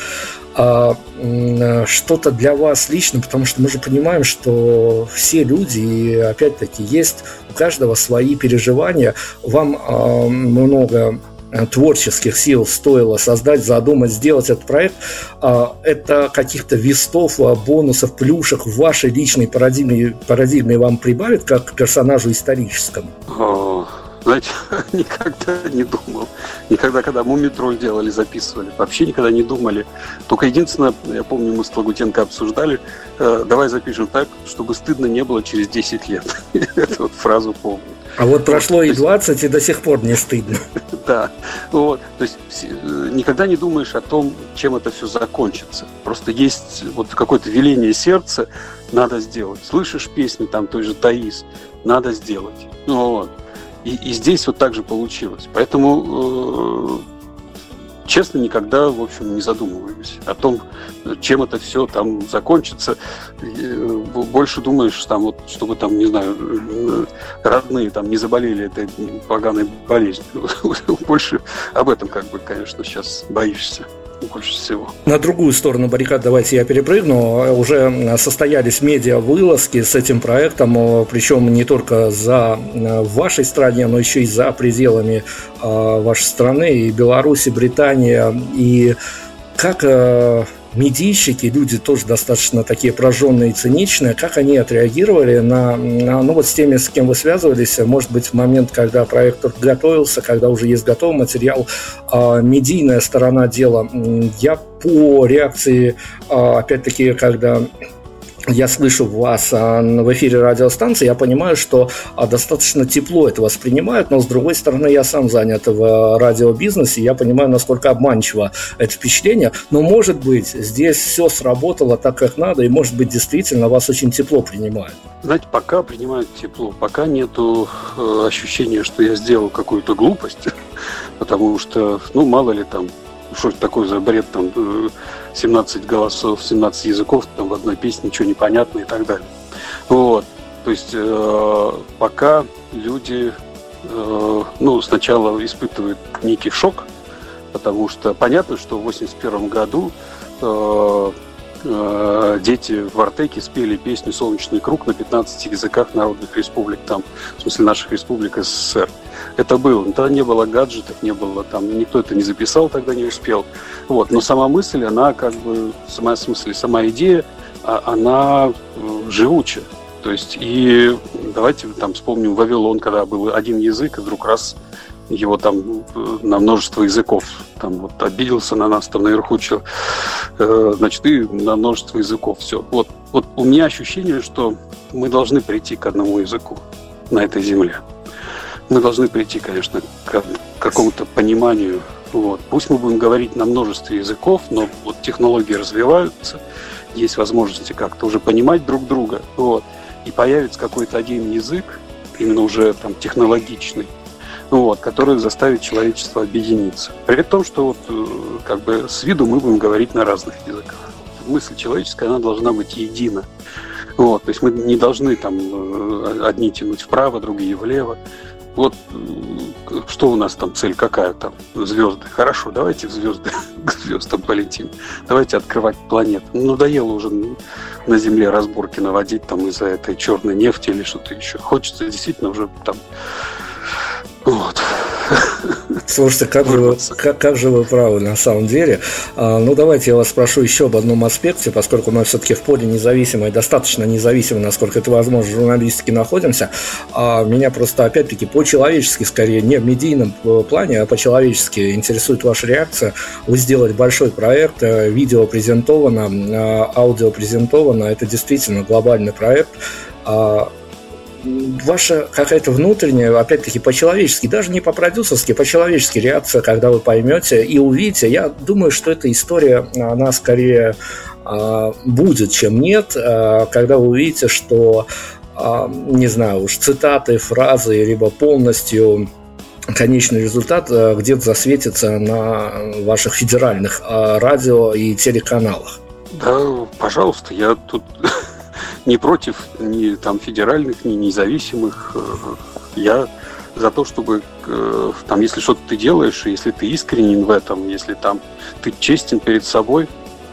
что-то для вас лично, потому что мы же понимаем, что все люди, и опять-таки есть у каждого свои переживания. Вам много творческих сил стоило создать, задумать, сделать этот проект. Это каких-то вестов, бонусов, плюшек в вашей личной парадигме, парадигме вам прибавит как персонажу историческому? Знаете, никогда не думал. Никогда, когда «Мумий-тролль» делали, записывали, вообще никогда не думали. Только единственное, я помню, мы с Лагутенко обсуждали, э, давай запишем так, чтобы стыдно не было через десять лет. Эту вот фразу помню. А вот прошло и двадцать, и до сих пор не стыдно. Да, вот, то есть никогда не думаешь о том, чем это все закончится. Просто есть вот какое-то веление сердца, надо сделать. Слышишь песни там той же Таис, надо сделать. Ну вот. И, и здесь вот так же получилось. Поэтому, э, честно, никогда, в общем, не задумываюсь о том, чем это все там закончится. Больше думаешь, там, вот, чтобы там, не знаю, родные там не заболели этой поганой болезнью. Больше об этом, как бы, конечно, сейчас боишься. больше всего. На другую сторону баррикад давайте я перепрыгну. Уже состоялись медиа-вылазки с этим проектом, причем не только за в вашей стране, но еще и за пределами вашей страны, и Беларусь, и Британия. И как медийщики, люди тоже достаточно такие прожженные и циничные, как они отреагировали на, на, ну вот с теми, с кем вы связывались, может быть, в момент, когда проект готовился, когда уже есть готовый материал, э, медийная сторона дела. Я по реакции, э, опять-таки, когда я слышу вас в эфире радиостанции, я понимаю, что достаточно тепло это воспринимают, но, с другой стороны, я сам занят в радиобизнесе, я понимаю, насколько обманчиво это впечатление, но, может быть, здесь все сработало так, как надо, и, может быть, действительно вас очень тепло принимают. Знаете, пока принимают тепло, пока нету ощущения, что я сделал какую-то глупость, потому что, ну, мало ли там, что это такое за бред, там, семнадцать голосов, семнадцать языков, там в одной песне ничего не понятно и так далее. Вот, то есть э, пока люди, э, ну, сначала испытывают некий шок, потому что понятно, что в восемьдесят первом году э, э, дети в Артеке спели песню «Солнечный круг» на пятнадцати языках народных республик, там, в смысле наших республик СССР. Это было. Тогда не было гаджетов, не было там, никто это не записал, тогда не успел. Вот. Но сама мысль, она как бы, сама смысл, сама идея, она живучая. То есть, и давайте там вспомним Вавилон, когда был один язык, и вдруг раз его там на множество языков, там вот обиделся на нас, там наверху, что, значит, и на множество языков, все. Вот, вот у меня ощущение, что мы должны прийти к одному языку на этой земле. Мы должны прийти, конечно, к какому-то пониманию. Вот. Пусть мы будем говорить на множестве языков, но вот технологии развиваются, есть возможности как-то уже понимать друг друга. Вот. И появится какой-то один язык, именно уже там технологичный, вот, который заставит человечество объединиться. При том, что вот, как бы с виду мы будем говорить на разных языках. Мысль человеческая, она должна быть едина. Вот. То есть мы не должны там одни тянуть вправо, другие влево. Вот что у нас там цель какая там? Звезды. Хорошо, давайте в звезды, к звездам полетим. Давайте открывать планеты. Ну, надоело уже на Земле разборки наводить там из-за этой черной нефти или что-то еще. Хочется действительно уже там... Вот. Слушайте, как же, вы, как, как же вы правы на самом деле. А, ну, давайте я вас спрошу еще об одном аспекте, поскольку мы все-таки в поле независимой, достаточно независимой, насколько это возможно, журналистики находимся. А, меня просто, опять-таки, по-человечески, скорее, не в медийном плане, а по-человечески интересует ваша реакция. Вы сделали большой проект, видео презентовано, аудио презентовано, это действительно глобальный проект. А, ваша какая-то внутренняя, опять-таки, по-человечески, даже не по-продюсерски, по-человечески реакция, когда вы поймете и увидите. Я думаю, что эта история, она скорее э, будет, чем нет, э, когда вы увидите, что, э, не знаю уж, цитаты, фразы, либо полностью конечный результат э, где-то засветится на ваших федеральных э, радио и телеканалах. Да, пожалуйста, я тут... не против ни там федеральных, ни независимых. Я за то, чтобы там, если что-то ты делаешь, если ты искренен в этом, если там ты честен перед собой,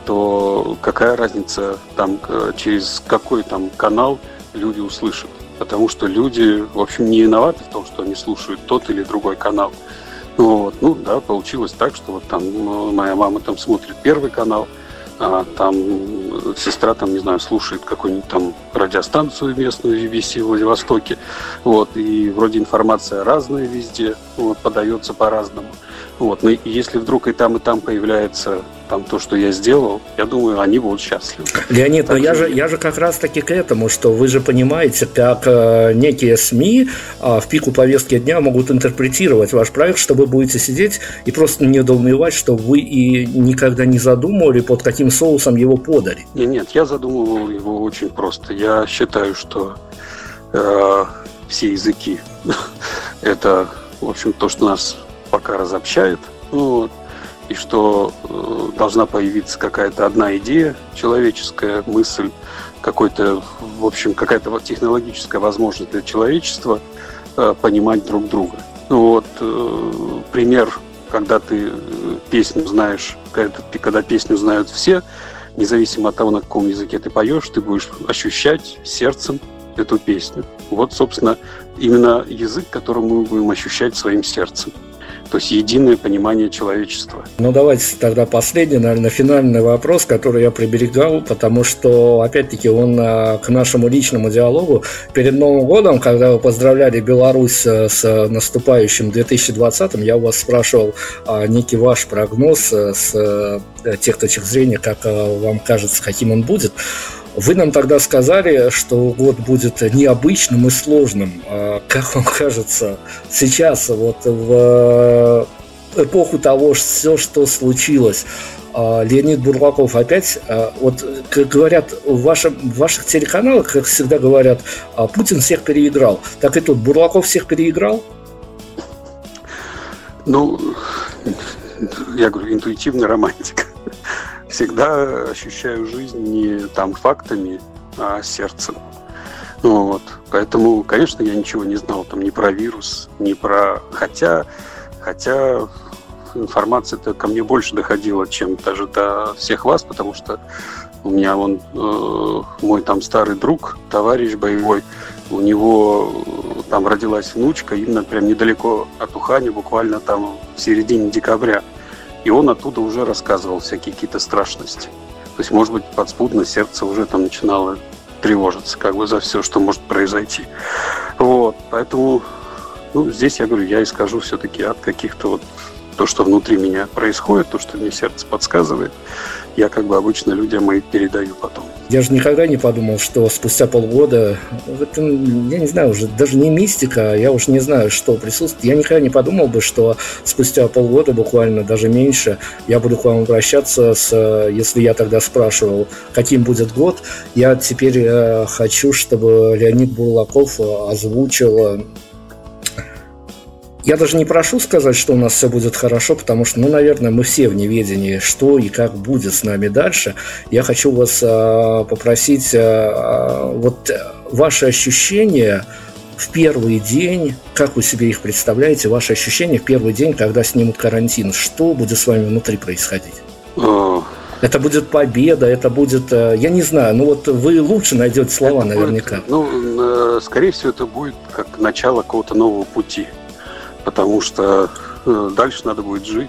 то какая разница там через какой там канал люди услышат? Потому что люди, в общем, не виноваты в том, что они слушают тот или другой канал. Вот. Ну да, получилось так, что вот там моя мама там смотрит Первый канал, а там сестра, там, не знаю, слушает какую-нибудь там радиостанцию местную би би си в Владивостоке, вот, и вроде информация разная везде, вот, подается по-разному. Вот, но если вдруг и там, и там появляется там то, что я сделал, я думаю, они будут счастливы. Леонид, но я же, я же как раз-таки к этому, что вы же понимаете, как э, некие СМИ э, в пику повестки дня могут интерпретировать ваш проект, что вы будете сидеть и просто недоумевать, что вы и никогда не задумывали, под каким соусом его подали. Нет, нет, я задумывал его очень просто. Я считаю, что э, все языки это, в общем, то, что нас пока разобщает, вот, и что э, должна появиться какая-то одна идея, человеческая мысль, какой-то, в общем, какая-то технологическая возможность для человечества э, понимать друг друга. Вот, э, пример когда ты песню знаешь, когда, ты, когда песню знают все, независимо от того, на каком языке ты поешь, ты будешь ощущать сердцем эту песню. Вот, собственно, именно язык, который мы будем ощущать своим сердцем. То есть единое понимание человечества. Ну, давайте тогда последний, наверное, финальный вопрос, который я приберегал, потому что, опять-таки, он к нашему личному диалогу. Перед Новым годом, когда вы поздравляли Беларусь с наступающим две тысячи двадцатым, я у вас спрашивал некий ваш прогноз с тех точек зрения, как вам кажется, каким он будет. Вы нам тогда сказали, что год будет необычным и сложным. Как вам кажется, сейчас, вот в эпоху того, все, что случилось, Леонид Бурлаков опять, вот как говорят в, вашем, в ваших телеканалах, как всегда говорят, Путин всех переиграл. Так и тут Бурлаков всех переиграл? Ну, я говорю, интуитивный романтик. Всегда ощущаю жизнь не там фактами, а сердцем. Ну, вот. Поэтому, конечно, я ничего не знал там ни про вирус, ни про... Хотя, хотя информация-то ко мне больше доходила, чем даже до всех вас, потому что у меня вон э, мой там старый друг, товарищ боевой, у него там родилась внучка, именно прям недалеко от Ухани, буквально там в середине декабря. И он оттуда уже рассказывал всякие какие-то страшности. То есть, может быть, подспудно сердце уже там начинало тревожиться как бы за все, что может произойти. Вот, поэтому, ну, здесь я говорю, я исхожу все-таки от каких-то вот то, что внутри меня происходит, то, что мне сердце подсказывает, я как бы обычно людям и передаю потом. Я же никогда не подумал, что спустя полгода, это, я не знаю, уже даже не мистика, я уж не знаю, что присутствует. Я никогда не подумал бы, что спустя полгода, буквально даже меньше, я буду к вам обращаться, с, если я тогда спрашивал, каким будет год, я теперь э, хочу, чтобы Леонид Бурлаков озвучил... Я даже не прошу сказать, что у нас все будет хорошо, потому что, ну, наверное, мы все в неведении, что и как будет с нами дальше. Я хочу вас а, попросить, а, вот ваши ощущения в первый день, как вы себе их представляете, ваши ощущения в первый день, когда снимут карантин, что будет с вами внутри происходить? Это будет победа, это будет, я не знаю, ну вот вы лучше найдете слова это наверняка. Будет, ну, скорее всего, это будет как начало какого-то нового пути. Потому что э, дальше надо будет жить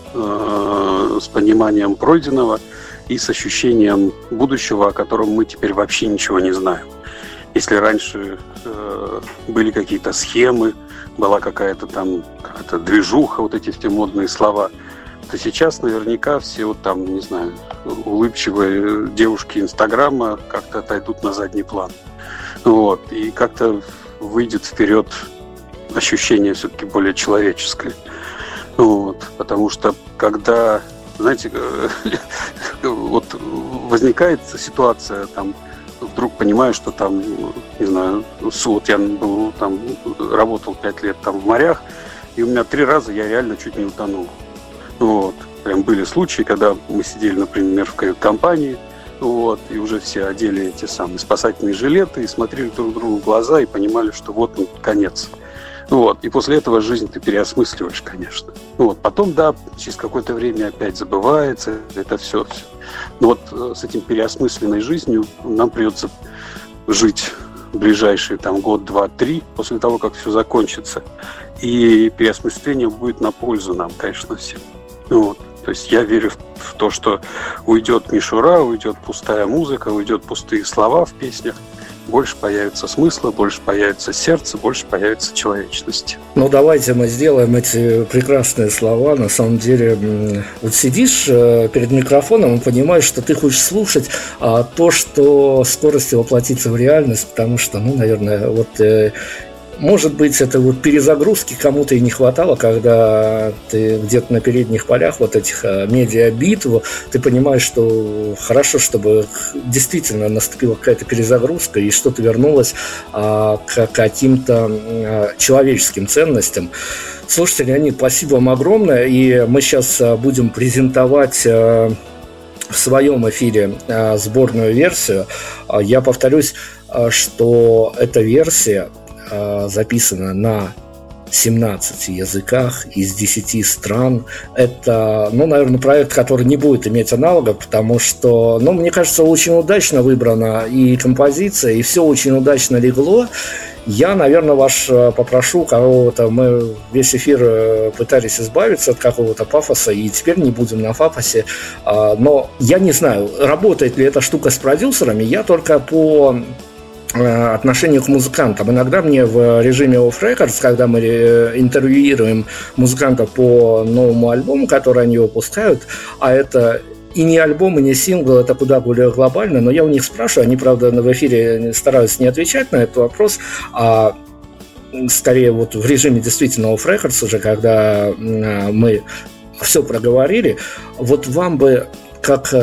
э, с пониманием пройденного и с ощущением будущего, о котором мы теперь вообще ничего не знаем. Если раньше э, были какие-то схемы, была какая-то там какая-то движуха, вот эти все модные слова, то сейчас наверняка все вот там, не знаю, улыбчивые девушки Инстаграма как-то отойдут на задний план. Вот, и как-то выйдет вперед ощущение все-таки более человеческое. Вот. Потому что когда, знаете, вот возникает ситуация, там, вдруг понимаешь, что там, не знаю, вот я был, там, работал пять лет там в морях, и у меня три раза я реально чуть не утонул. Вот. Прям были случаи, когда мы сидели, например, в кают-компании, вот, и уже все одели эти самые спасательные жилеты и смотрели друг другу в глаза и понимали, что вот он, конец. Вот. И после этого жизнь ты переосмысливаешь, конечно. Вот. Потом, да, через какое-то время опять забывается это все. все. Но вот с этим переосмысленной жизнью нам придется жить в ближайшие там, год, два, три, после того, как все закончится. И переосмысление будет на пользу нам, конечно, всем. Вот. То есть я верю в то, что уйдет мишура, уйдет пустая музыка, уйдет пустые слова в песнях. Больше появится смысла, больше появится сердце, больше появится человечности. Ну, давайте мы сделаем эти прекрасные слова. На самом деле, вот сидишь перед микрофоном и понимаешь, что ты хочешь слушать а, то, что скорости воплотится в реальность, потому что, ну, наверное, вот... Э, может быть, это вот перезагрузки кому-то и не хватало, когда ты где-то на передних полях вот этих медиабитв, ты понимаешь, что хорошо, чтобы действительно наступила какая-то перезагрузка и что-то вернулось а, к каким-то а, человеческим ценностям. Слушайте, Леонид, спасибо вам огромное, и мы сейчас будем презентовать а, в своем эфире а, сборную версию. А, я повторюсь, а, что эта версия записано на семнадцати языках из десяти стран. Это, ну, наверное, проект, который не будет иметь аналогов, потому что, ну, мне кажется, очень удачно выбрана и композиция, и все очень удачно легло. Я, наверное, вас попрошу кого-то, мы весь эфир пытались избавиться от какого-то пафоса, и теперь не будем на пафосе, но я не знаю, работает ли эта штука с продюсерами, я только по отношению к музыкантам. Иногда мне в режиме Off Records, когда мы интервьюируем музыкантов по новому альбому, который они выпускают, а это и не альбом, и не сингл, это куда более глобально, но я у них спрашиваю, они, правда, в эфире стараются не отвечать на этот вопрос, а скорее вот в режиме действительно Off Records уже, когда мы все проговорили, вот вам бы, как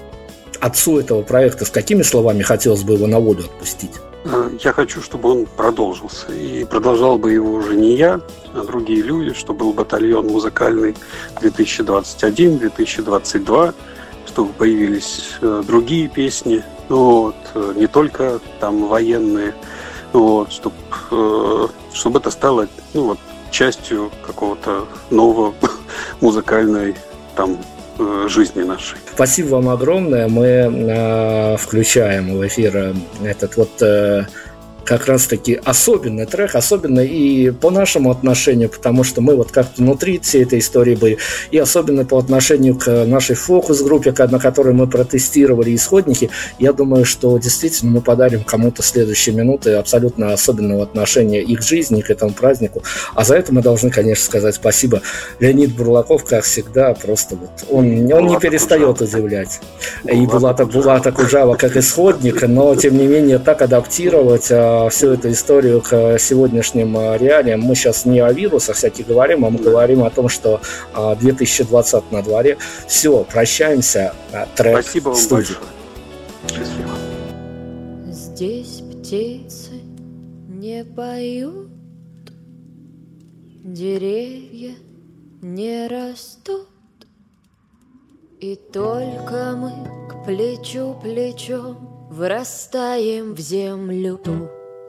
отцу этого проекта, с какими словами хотелось бы его на воду отпустить? Я хочу, чтобы он продолжился. И продолжал бы его уже не я, а другие люди, чтобы был батальон музыкальный две тысячи двадцать один - две тысячи двадцать два, чтобы появились другие песни, вот, не только там военные, вот, чтобы, чтобы это стало, ну, вот, частью какого-то нового музыкальной там жизни нашей. Спасибо вам огромное. Мы э, включаем в эфир этот вот э, как раз-таки особенный трек, особенный и по нашему отношению, потому что мы вот как-то внутри всей этой истории были, и особенно по отношению к нашей фокус-группе, на которой мы протестировали исходники. Я думаю, что действительно мы подарим кому-то следующие минуты абсолютно особенного отношения и к жизни, и к этому празднику. А за это мы должны, конечно, сказать спасибо. Леонид Бурлаков, как всегда, просто вот он, он не перестает удивлять. И Булата, Булата Кужава как исходник, но тем не менее так адаптировать всю эту историю к сегодняшним реалиям. Мы сейчас не о вирусах всяких говорим, а мы говорим о том, что две тысячи двадцатый на дворе. Все, прощаемся. Трек. Спасибо вам большое. Счастливо. Здесь птицы не поют, деревья не растут, и только мы к плечу плечом вырастаем в землю тут.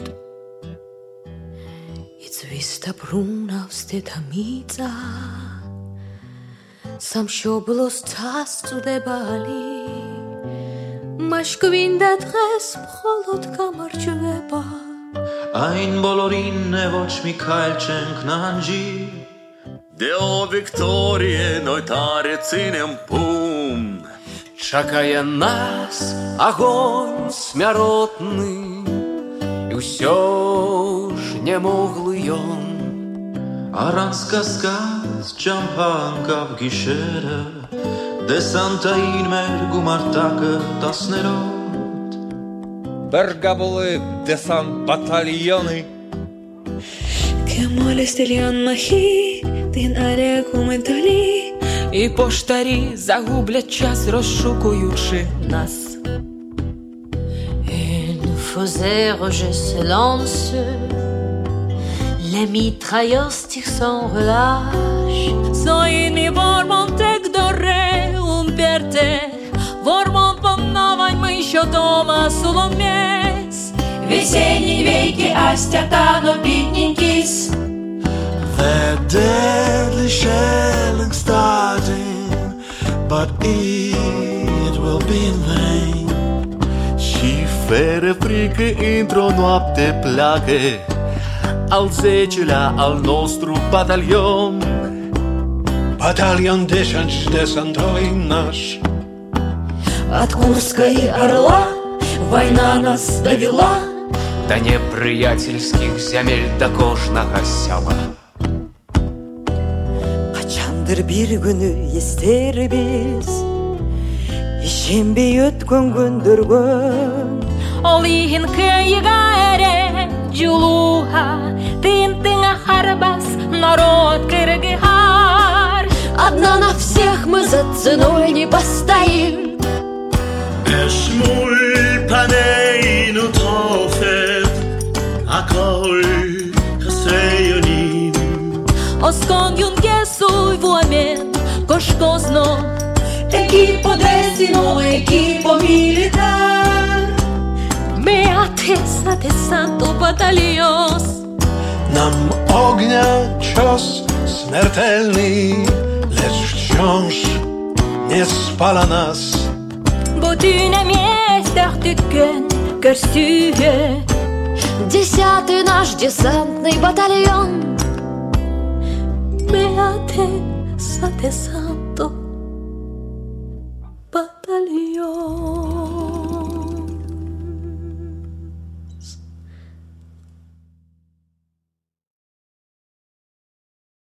It's vista bruna vsteta mica, sam shoblos tastu de bali, mashkvin dat res bcholot kamarchveba. Ein bolorin ne voch mi kalchen knanji, deo Victorie noitare cinem pum. Чакае нас огонь смяротны, і ўсё ж не могли ён. Аранска сказ чампанка в гишера, десантаин мер гумартака таснерот. Берга були десант батальйони. Кемолі стільйон махі, тин аля кументалі, І поштарі загублять час, розшукуючи нас. Une faussaire je se lance, les mitrailleurs tirent sans relâche. Soini vormon tek dore umperte, vormon pomnovań my еще дома суломес. Весенний веки астятано бедненькис. The deadly shelling starting, but it will be in vain. Și fără frică într-o noapte pleacă al zecelea al nostru batalion. Батальон десант десантовый наш. От Курска и Орла война нас довела До неприятельських земель до кожного села. Kaçandır bir günü ister biz, şembe ötken gündürgün. Ол иһин кыйга эре жулуха, тын-тыңа харбас народ кыргыхар. Одна на всех мы за ценой не постоим. Эшмуй панейну тофет, акой хасейоним. Оскон юнгесуй вомен, кошкозно, equipo destino, equipo militar. Me atesa de santo batalhões. Nam ognia cios śmiertelny, lecz wciąż nie spala nas. Bo dynamieter tykken костюме. Десятый наш десантный батальон. Beate Sante Santo.